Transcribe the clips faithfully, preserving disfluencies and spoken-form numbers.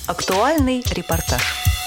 Актуальный репортаж.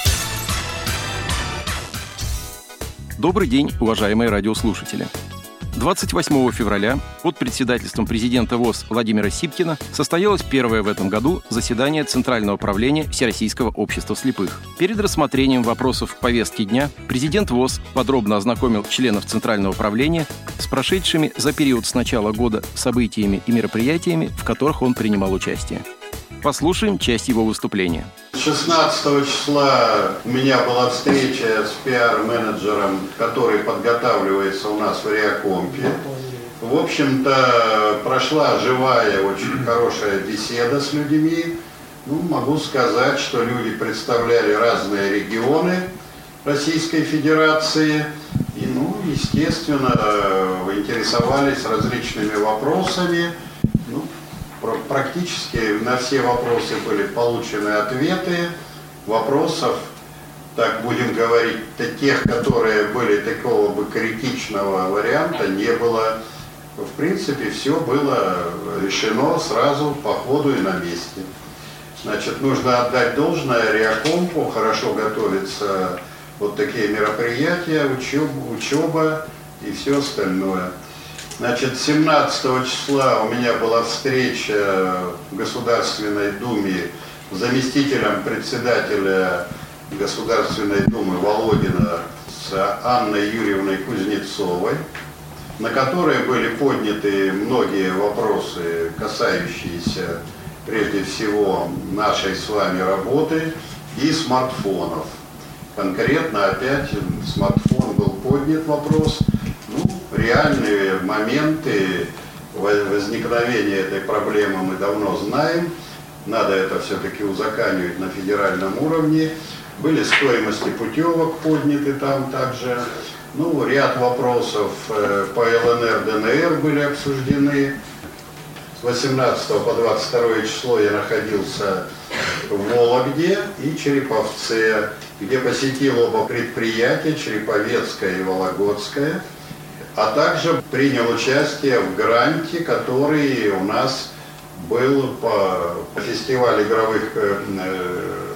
Добрый день, уважаемые радиослушатели. двадцать восьмого февраля под председательством президента ВОС Владимира Сипкина состоялось первое в этом году заседание Центрального правления Всероссийского общества слепых. Перед рассмотрением вопросов повестки дня президент ВОС подробно ознакомил членов Центрального правления с прошедшими за период с начала года событиями и мероприятиями, в которых он принимал участие. Послушаем часть его выступления. шестнадцатого числа у меня была встреча с пиар-менеджером, который подготавливается у нас в Реакомпе. В общем-то, прошла живая, очень хорошая беседа с людьми. Ну, могу сказать, что люди представляли разные регионы Российской Федерации. И, ну, естественно, интересовались различными вопросами. Ну, практически на все вопросы были получены ответы. Вопросов, так будем говорить, тех, которые были такого бы критичного варианта, не было. В принципе, все было решено сразу по ходу и на месте. Значит, нужно отдать должное Реакомпу, хорошо готовятся вот такие мероприятия, учеба, учеба и все остальное. Значит, семнадцатого числа у меня была встреча в Государственной Думе с заместителем председателя Государственной Думы Володина с Анной Юрьевной Кузнецовой, на которой были подняты многие вопросы, касающиеся прежде всего нашей с вами работы и смартфонов. Конкретно опять смартфон был поднят вопрос. Реальные моменты возникновения этой проблемы мы давно знаем. Надо это все-таки узаконивать на федеральном уровне. Были стоимости путевок подняты там также. Ну, ряд вопросов по ЛНР, ДНР были обсуждены. С восемнадцатого по двадцать второе число я находился в Вологде и Череповце, где посетил оба предприятия, Череповецкое и Вологодское. А также принял участие в гранте, который у нас был по фестивалю игровых э,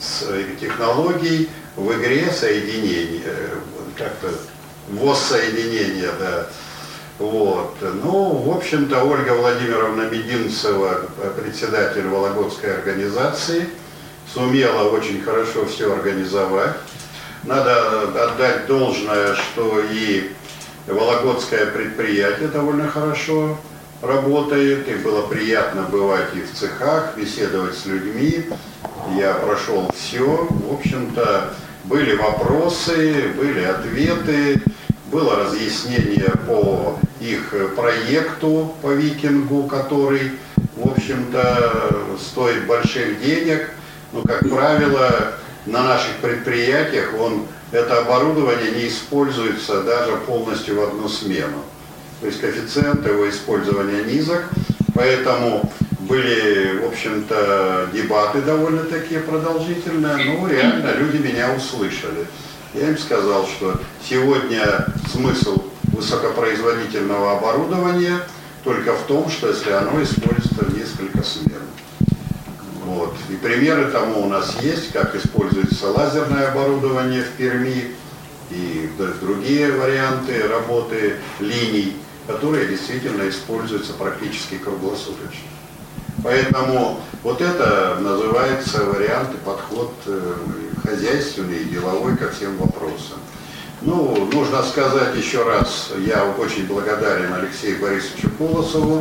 технологий в игре соединения, как-то воссоединение, да. Вот. Ну, в общем-то, Ольга Владимировна Мединцева, председатель Вологодской организации, сумела очень хорошо все организовать. Надо отдать должное, что и Вологодское предприятие довольно хорошо работает, и было приятно бывать и в цехах, беседовать с людьми. Я прошел все. В общем-то, были вопросы, были ответы, было разъяснение по их проекту по викингу, который, в общем-то, стоит больших денег. Но, как правило, на наших предприятиях он это оборудование не используется даже полностью в одну смену. То есть коэффициент его использования низок, поэтому были, в общем-то, дебаты довольно-таки продолжительные, но реально люди меня услышали. Я им сказал, что сегодня смысл высокопроизводительного оборудования только в том, что если оно используется в несколько смен. Вот. И примеры тому у нас есть, как используется лазерное оборудование в Перми и другие варианты работы линий, которые действительно используются практически круглосуточно. Поэтому вот это называется вариант и подход хозяйственный и деловой ко всем вопросам. Ну, нужно сказать еще раз, я очень благодарен Алексею Борисовичу Колосову,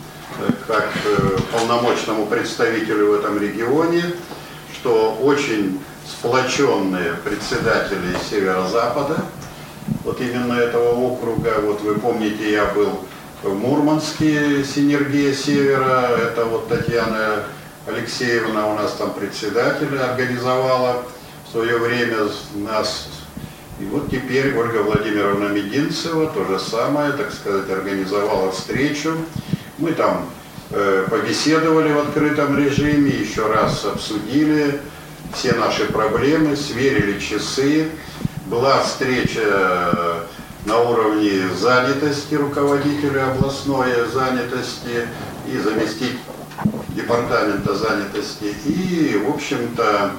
как полномочному представителю в этом регионе, что очень сплоченные председатели Северо-Запада, вот именно этого округа, вот вы помните, я был в Мурманске, Синергия Севера, это вот Татьяна Алексеевна у нас там председатель организовала в свое время нас. И вот теперь Ольга Владимировна Мединцева то же самое, так сказать, организовала встречу. Мы там э, побеседовали в открытом режиме, еще раз обсудили все наши проблемы, сверили часы. Была встреча на уровне занятости, руководителя областной занятости и заместитель департамента занятости и, в общем-то,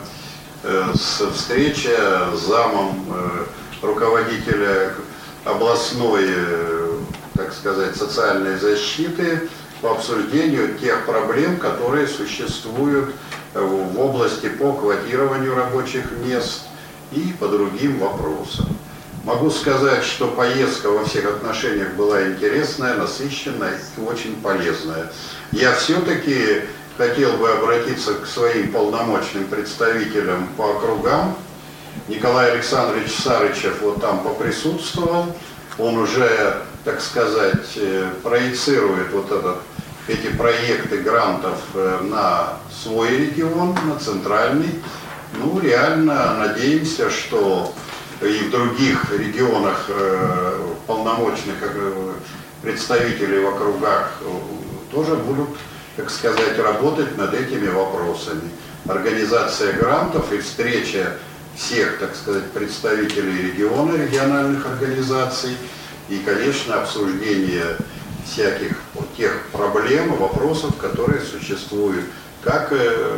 встреча с замом руководителя областной, так сказать, социальной защиты по обсуждению тех проблем, которые существуют в области по квотированию рабочих мест и по другим вопросам. Могу сказать, что поездка во всех отношениях была интересная, насыщенная и очень полезная. Я все-таки хотел бы обратиться к своим полномочным представителям по округам. Николай Александрович Сарычев вот там поприсутствовал. Он уже, так сказать, проецирует вот этот, эти проекты грантов на свой регион, на центральный. Ну, реально надеемся, что и в других регионах полномочных представителей в округах тоже будут, так сказать, работать над этими вопросами. Организация грантов и встреча всех, так сказать, представителей региона, региональных организаций и, конечно, обсуждение всяких тех проблем, вопросов, которые существуют как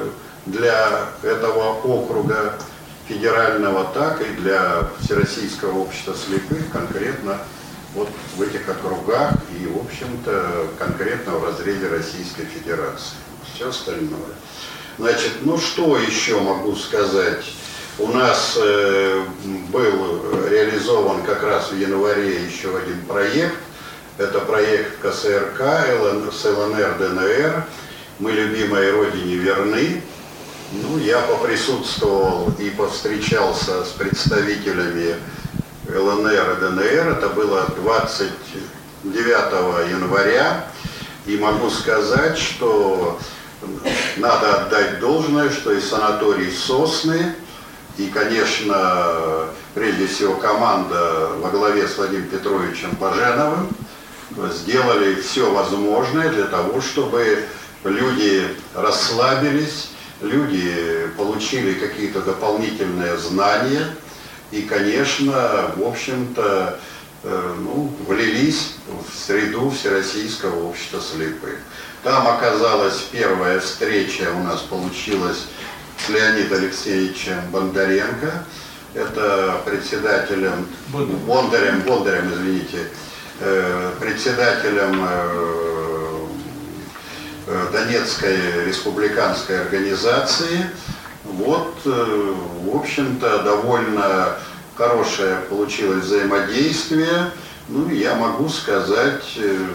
для этого округа федерального, так и для Всероссийского общества слепых, конкретно вот в этих округах и, в общем-то, конкретно в разрезе Российской Федерации. Все остальное. Значит, ну что еще могу сказать? У нас э, был реализован как раз в январе еще один проект. Это проект ка эс эр ка с эл эн эр дэ эн эр. Мы любимой родине верны. Ну, я поприсутствовал и повстречался с представителями эл эн эр и дэ эн эр. Это было двадцать девятого января. И могу сказать, что надо отдать должное, что и санаторий «Сосны», и, конечно, прежде всего команда во главе с Владимиром Петровичем Баженовым сделали все возможное для того, чтобы люди расслабились, люди получили какие-то дополнительные знания и, конечно, в общем-то, ну, влились в среду Всероссийского общества слепых. Там оказалась первая встреча, у нас получилась с Леонидом Алексеевичем Бондаренко, это председателем, Бондарем, Бондарем, извините, председателем Донецкой республиканской организации. Вот, в общем-то, довольно хорошее получилось взаимодействие. Ну, я могу сказать,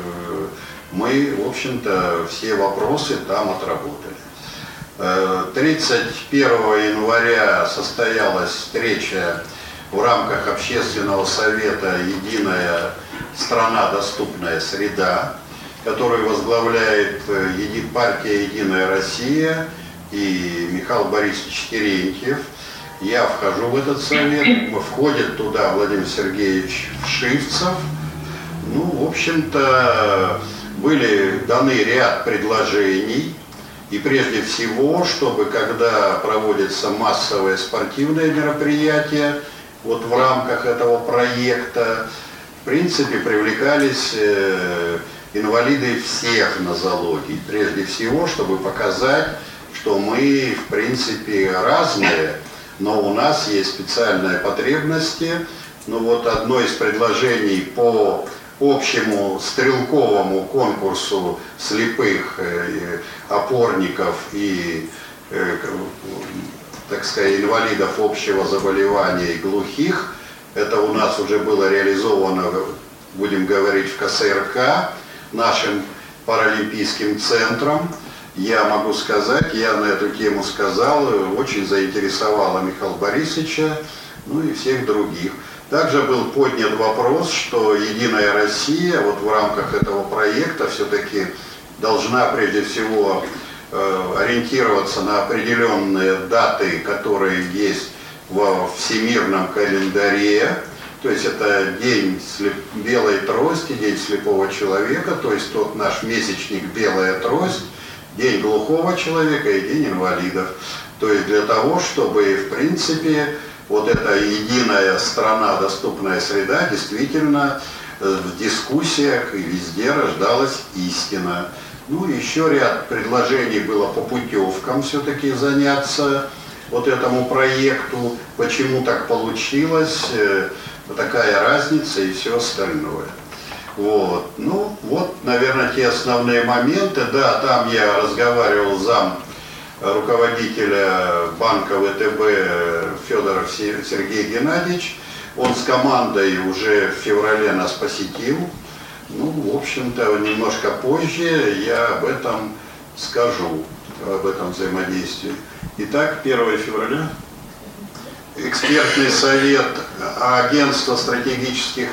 мы, в общем-то, все вопросы там отработали. тридцать первого января состоялась встреча в рамках общественного совета «Единая страна. Доступная среда», которую возглавляет партия «Единая Россия» и Михаил Борисович Терентьев. Я вхожу в этот совет, входит туда Владимир Сергеевич Вшивцев. Ну, в общем-то, были даны ряд предложений. И прежде всего, чтобы когда проводятся массовые спортивные мероприятия, вот в рамках этого проекта, в принципе, привлекались э, инвалиды всех нозологий. Прежде всего, чтобы показать, что мы, в принципе, разные, но у нас есть специальные потребности. Ну вот одно из предложений по общему стрелковому конкурсу слепых э, опорников и, э, так сказать, инвалидов общего заболевания и глухих. Это у нас уже было реализовано, будем говорить, в ка эс эр ка, нашим паралимпийским центром. Я могу сказать, я на эту тему сказал, очень заинтересовало Михаила Борисовича, ну и всех других. Также был поднят вопрос, что «Единая Россия» вот в рамках этого проекта все-таки должна прежде всего э, ориентироваться на определенные даты, которые есть во всемирном календаре. То есть это день слеп... белой трости, день слепого человека, то есть тот наш месячник «Белая трость», день глухого человека и день инвалидов. То есть для того, чтобы, в принципе, вот эта единая страна, доступная среда, действительно в дискуссиях и везде рождалась истина. Ну, еще ряд предложений было по путевкам все-таки заняться вот этому проекту. Почему так получилось, такая разница и все остальное. Вот. Ну, вот, наверное, те основные моменты. Да, там я разговаривал с зам руководителя банка вэ тэ бэ Федоров Сергей Геннадьевич. Он с командой уже в феврале нас посетил. Ну, в общем-то, немножко позже я об этом скажу, об этом взаимодействии. Итак, первое февраля. Экспертный совет агентства стратегических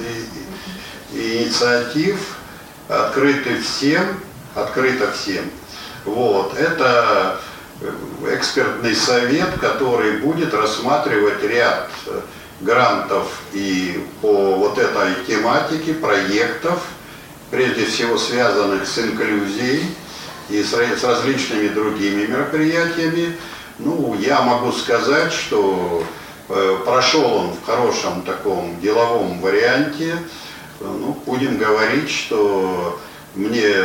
инициатив открыты всем, открыто всем. Вот. Это экспертный совет, который будет рассматривать ряд грантов и по вот этой тематике, проектов, прежде всего связанных с инклюзией и с, с различными другими мероприятиями. Ну, я могу сказать, что э, прошел он в хорошем таком деловом варианте. Ну, будем говорить, что мне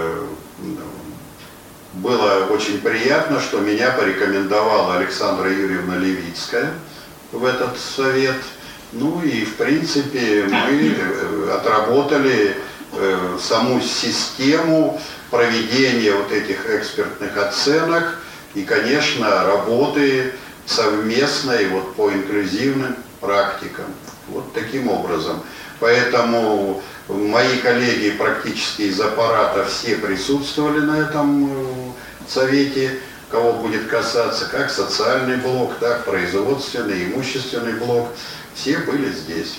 было очень приятно, что меня порекомендовала Александра Юрьевна Левицкая в этот совет. Ну и в принципе мы отработали э, саму систему проведения вот этих экспертных оценок и, конечно, работы совместной вот по инклюзивным практикам. Вот таким образом. Поэтому мои коллеги практически из аппарата все присутствовали на этом совете, кого будет касаться, как социальный блок, так производственный, имущественный блок, все были здесь.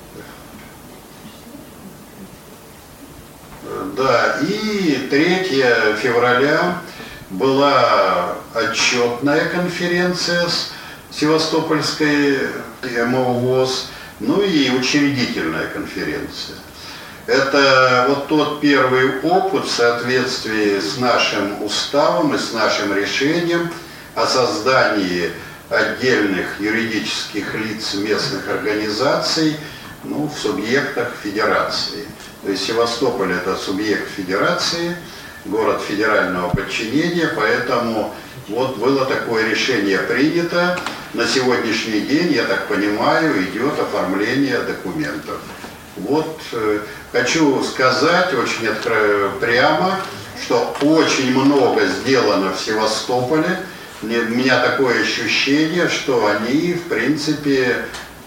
Да, и третьего февраля была отчетная конференция с Севастопольской эм о ВОС, ну и учредительная конференция. Это вот тот первый опыт в соответствии с нашим уставом и с нашим решением о создании отдельных юридических лиц местных организаций, ну, в субъектах федерации. То есть Севастополь – это субъект федерации, город федерального подчинения, поэтому вот было такое решение принято. На сегодняшний день, я так понимаю, идет оформление документов. Вот э, хочу сказать очень откро... прямо, что очень много сделано в Севастополе. У меня такое ощущение, что они, в принципе,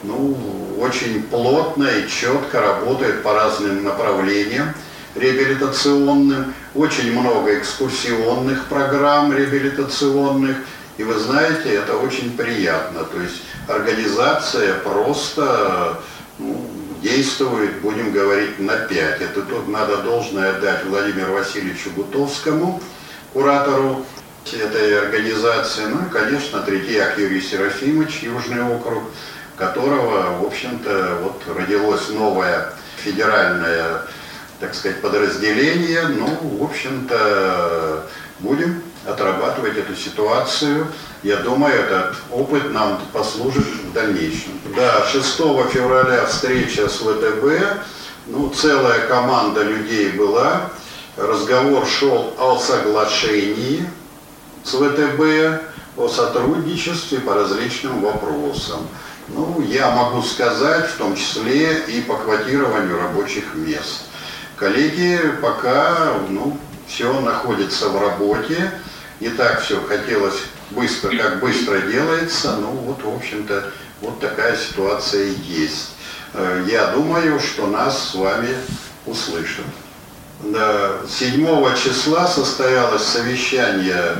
ну, очень плотно и четко работают по разным направлениям реабилитационным. Очень много экскурсионных программ реабилитационных. И вы знаете, это очень приятно. То есть организация просто, ну, действует, будем говорить, на пять. Это тут надо должное отдать Владимиру Васильевичу Гутовскому, куратору этой организации. Ну и, конечно, Третьяк Юрий Серафимович, Южный округ, которого, в общем-то, вот родилось новое федеральное, так сказать, подразделение. Ну, в общем-то, будем отрабатывать эту ситуацию. Я думаю, этот опыт нам послужит в дальнейшем. Да, шестого февраля встреча с вэ тэ бэ. Ну, целая команда людей была. Разговор шел о соглашении с вэ тэ бэ, о сотрудничестве по различным вопросам. Ну, я могу сказать, в том числе и по квотированию рабочих мест. Коллеги пока, ну, все находится в работе. Не так все хотелось быстро, как быстро делается. Ну, вот, в общем-то, вот такая ситуация и есть. Я думаю, что нас с вами услышат. Да, седьмого числа состоялось совещание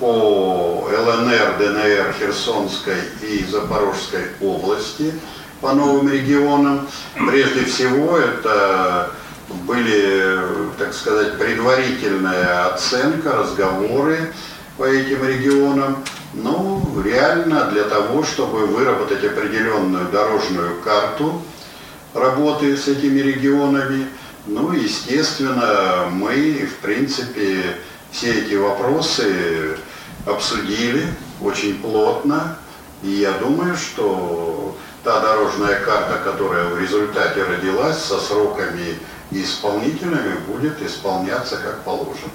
по эл эн эр, дэ эн эр Херсонской и Запорожской области по новым регионам. Прежде всего, это были, так сказать, предварительная оценка, разговоры по этим регионам. Ну, реально для того, чтобы выработать определенную дорожную карту работы с этими регионами. Ну, естественно, мы, в принципе, все эти вопросы обсудили очень плотно. И я думаю, что та дорожная карта, которая в результате родилась со сроками и исполнителями будет исполняться как положено.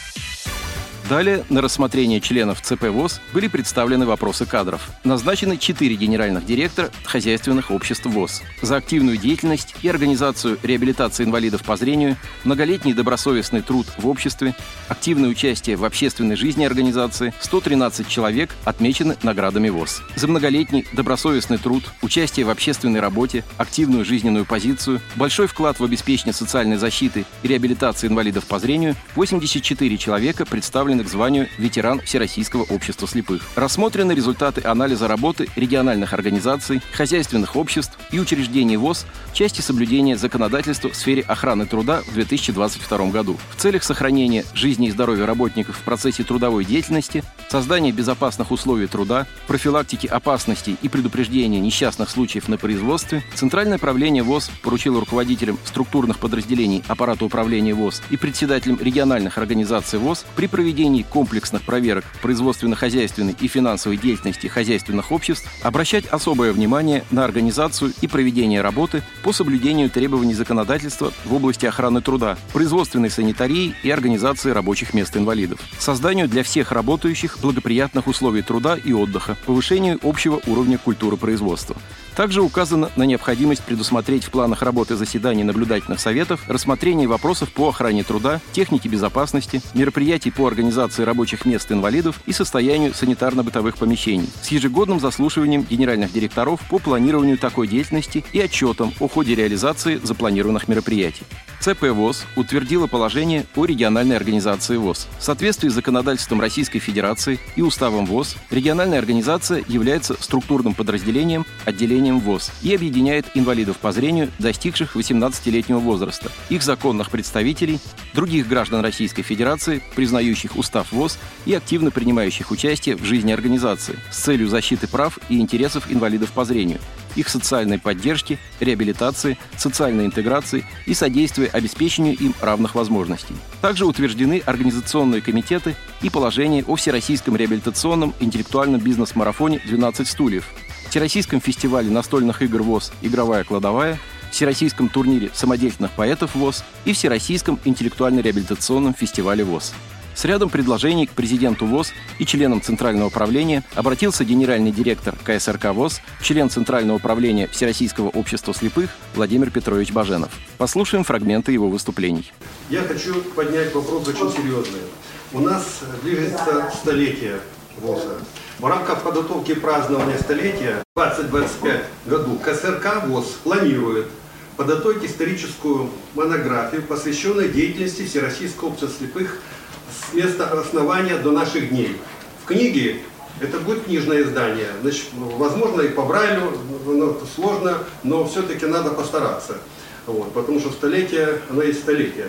Далее на рассмотрение членов ЦП ВОС были представлены вопросы кадров. Назначены четыре генеральных директора хозяйственных обществ ВОС. За активную деятельность и организацию реабилитации инвалидов по зрению, многолетний добросовестный труд в обществе, активное участие в общественной жизни организации сто тринадцать человек отмечены наградами ВОС. За многолетний добросовестный труд, участие в общественной работе, активную жизненную позицию, большой вклад в обеспечение социальной защиты и реабилитации инвалидов по зрению восемьдесят четыре человека представлены к званию ветеран Всероссийского общества слепых. Рассмотрены результаты анализа работы региональных организаций, хозяйственных обществ и учреждений ВОС в части соблюдения законодательства в сфере охраны труда в две тысячи двадцать втором году. В целях сохранения жизни и здоровья работников в процессе трудовой деятельности, создания безопасных условий труда, профилактики опасностей и предупреждения несчастных случаев на производстве, Центральное правление ВОС поручило руководителям структурных подразделений аппарата управления ВОС и председателям региональных организаций ВОС при проведении комплексных проверок производственно-хозяйственной и финансовой деятельности хозяйственных обществ обращать особое внимание на организацию и проведение работы по соблюдению требований законодательства в области охраны труда, производственной санитарии и организации рабочих мест инвалидов, созданию для всех работающих благоприятных условий труда и отдыха, повышению общего уровня культуры производства. Также указано на необходимость предусмотреть в планах работы заседаний наблюдательных советов рассмотрение вопросов по охране труда, технике безопасности, мероприятий по организации рабочих мест инвалидов и состоянию санитарно-бытовых помещений, с ежегодным заслушиванием генеральных директоров по планированию такой деятельности и отчетом о ходе реализации запланированных мероприятий. ЦП ВОС утвердила положение о региональной организации ВОС. В соответствии с законодательством Российской Федерации и уставом ВОС, региональная организация является структурным подразделением, отделением ВОС и объединяет инвалидов по зрению, достигших восемнадцатилетнего возраста, их законных представителей, других граждан Российской Федерации, признающих устав ВОС и активно принимающих участие в жизни организации с целью защиты прав и интересов инвалидов по зрению, их социальной поддержки, реабилитации, социальной интеграции и содействия обеспечению им равных возможностей. Также утверждены организационные комитеты и положения о Всероссийском реабилитационном интеллектуальном бизнес-марафоне «двенадцать стульев», Всероссийском фестивале настольных игр ВОС «Игровая кладовая», Всероссийском турнире самодеятельных поэтов ВОС и Всероссийском интеллектуально-реабилитационном фестивале ВОС. С рядом предложений к президенту ВОС и членам Центрального правления обратился генеральный директор ка эс эр ка ВОС, член Центрального правления Всероссийского общества слепых Владимир Петрович Баженов. Послушаем фрагменты его выступлений. Я хочу поднять вопрос очень серьезный. У нас ближется столетие ВОСа. В рамках подготовки празднования столетия в двадцать двадцать пятом году ка эс эр ка ВОС планирует подготовить историческую монографию, посвященную деятельности Всероссийского общества слепых с места основания до наших дней. В книге, это будет книжное издание, значит, возможно и по Брайлю, но сложно, но все-таки надо постараться, вот, потому что столетие, оно есть столетие.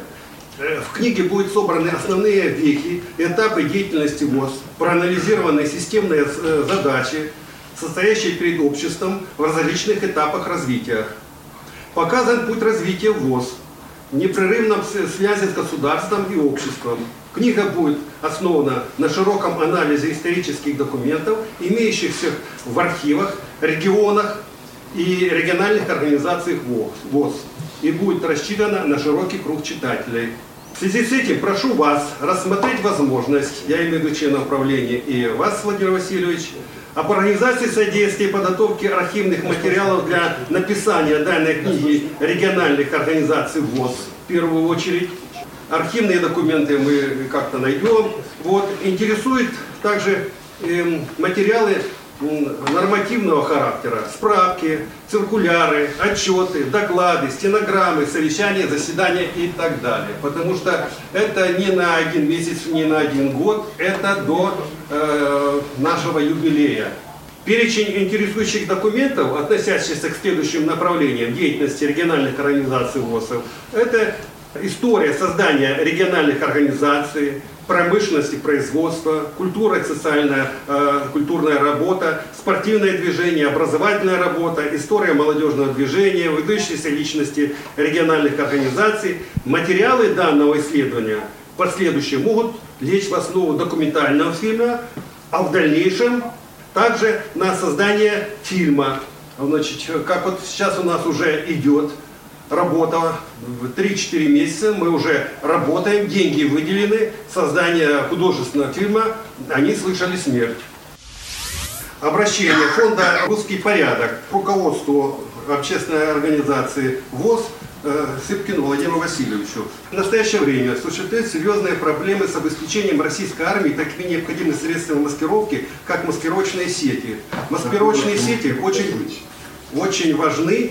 В книге будут собраны основные вехи, этапы деятельности ВОС, проанализированные системные задачи, состоящие перед обществом в различных этапах развития. Показан путь развития ВОС в непрерывном связи с государством и обществом. Книга будет основана на широком анализе исторических документов, имеющихся в архивах, регионах и региональных организациях ВОС, и будет рассчитана на широкий круг читателей. В связи с этим прошу вас рассмотреть возможность, я имею в виду члена управления и вас, Владимир Васильевич, об организации содействия и подготовки архивных материалов для написания данной книги региональных организаций ВОС в первую очередь. Архивные документы мы как-то найдем. Вот. Интересует также э, материалы нормативного характера, справки, циркуляры, отчеты, доклады, стенограммы, совещания, заседания и так далее. Потому что это не на один месяц, не на один год, это до э, нашего юбилея. Перечень интересующих документов, относящихся к следующим направлениям деятельности региональных организаций ВОСов, это история создания региональных организаций, промышленности, производства, культура и социальная, э, культурная работа, спортивное движение, образовательная работа, история молодежного движения, выдающиеся личности региональных организаций. Материалы данного исследования в последующем могут лечь в основу документального фильма, а в дальнейшем также на создание фильма. Значит, как вот сейчас у нас уже идет работа. три-четыре месяца мы уже работаем, деньги выделены, создание художественного фильма «Они слышали смерть». Обращение фонда «Русский порядок» к руководству общественной организации ВОС Сыпкину Владимиру Васильевичу. В настоящее время существуют серьезные проблемы с обеспечением российской армии такими необходимыми средствами маскировки, как маскировочные сети. Маскировочные сети очень, очень важны.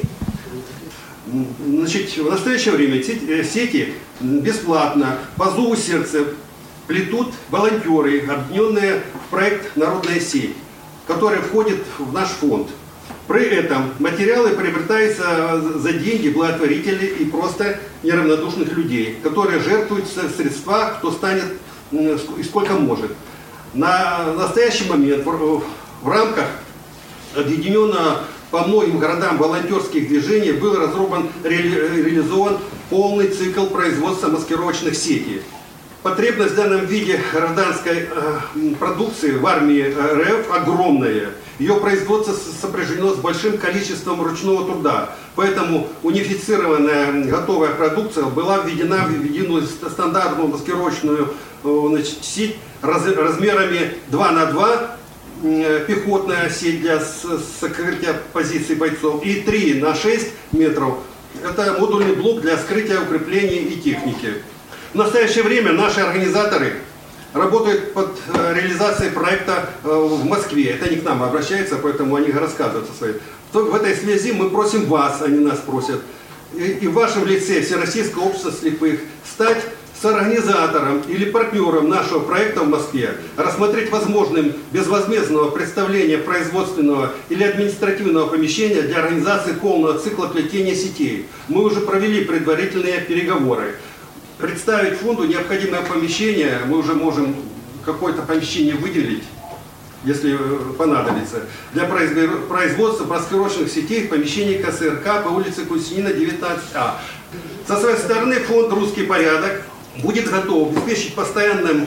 Значит, в настоящее время сети бесплатно, по зову сердца, плетут волонтеры, объединенные в проект «Народная сеть», который входит в наш фонд. При этом материалы приобретаются за деньги благотворителей и просто неравнодушных людей, которые жертвуют средства, кто станет и сколько может. На настоящий момент в рамках объединенного по многим городам волонтерских движений был разработан, реализован полный цикл производства маскировочных сетей. Потребность в данном виде гражданской э, продукции в армии РФ огромная. Ее производство сопряжено с большим количеством ручного труда. Поэтому унифицированная готовая продукция была введена в единую стандартную маскировочную э, значит, сеть раз, размерами два на два, э, пехотная сеть для сокрытия позиций бойцов, и три на шесть метров. Это модульный блок для скрытия укреплений и техники. В настоящее время наши организаторы работают под реализацией проекта в Москве. Это не к нам обращаются, поэтому они рассказывают о своей. В этой связи мы просим вас, они нас просят, и в вашем лице Всероссийского общества слепых стать соорганизатором или партнером нашего проекта в Москве, рассмотреть возможным безвозмездного представления производственного или административного помещения для организации полного цикла плетения сетей. Мы уже провели предварительные переговоры. Представить фонду необходимое помещение, мы уже можем какое-то помещение выделить, если понадобится, для производства маскировочных сетей в помещении ка эс эр ка по улице Кусинина, девятнадцать а. Со своей стороны фонд «Русский порядок» будет готов обеспечить постоянным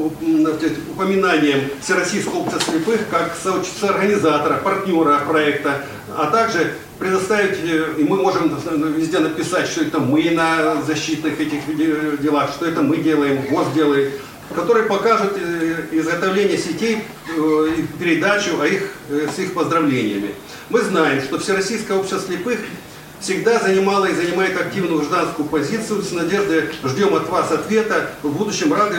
упоминанием Всероссийского общества слепых как соорганизатора, партнера проекта, а также предоставить, и мы можем везде написать, что это мы на защитных этих делах, что это мы делаем, ВОС делает, который покажет изготовление сетей и передачу а их, с их поздравлениями. Мы знаем, что Всероссийское общество слепых всегда занимала и занимает активную гражданскую позицию. С надеждой ждем от вас ответа. В будущем рады,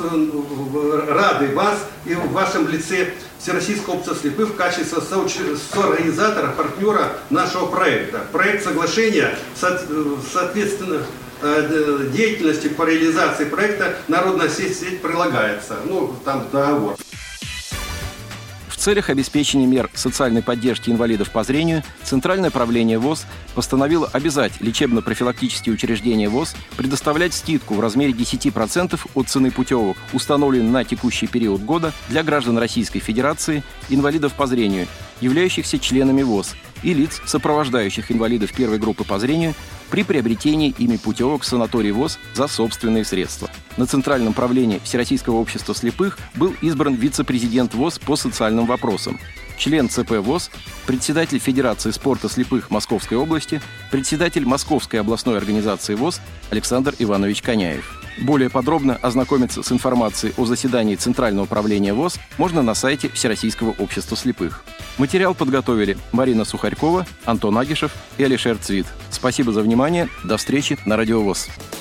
рады вас и в вашем лице Всероссийского общества слепых в качестве соорганизатора, партнера нашего проекта. Проект соглашения, соответственно, деятельности по реализации проекта «Народная сеть» прилагается. Ну, там договор. В целях обеспечения мер социальной поддержки инвалидов по зрению Центральное правление ВОС постановило обязать лечебно-профилактические учреждения ВОС предоставлять скидку в размере десять процентов от цены путевок, установленной на текущий период года для граждан Российской Федерации, инвалидов по зрению, являющихся членами ВОС, и лиц, сопровождающих инвалидов первой группы по зрению при приобретении ими путевок в санаторий ВОС за собственные средства. На Центральном правлении Всероссийского общества слепых был избран вице-президент ВОС по социальным вопросам, член ЦП ВОС, председатель Федерации спорта слепых Московской области, председатель Московской областной организации ВОС Александр Иванович Коняев. Более подробно ознакомиться с информацией о заседании Центрального правления ВОС можно на сайте Всероссийского общества слепых. Материал подготовили Марина Сухарькова, Антон Агишев и Алишер Цвит. Спасибо за внимание. До встречи на Радио ВОС.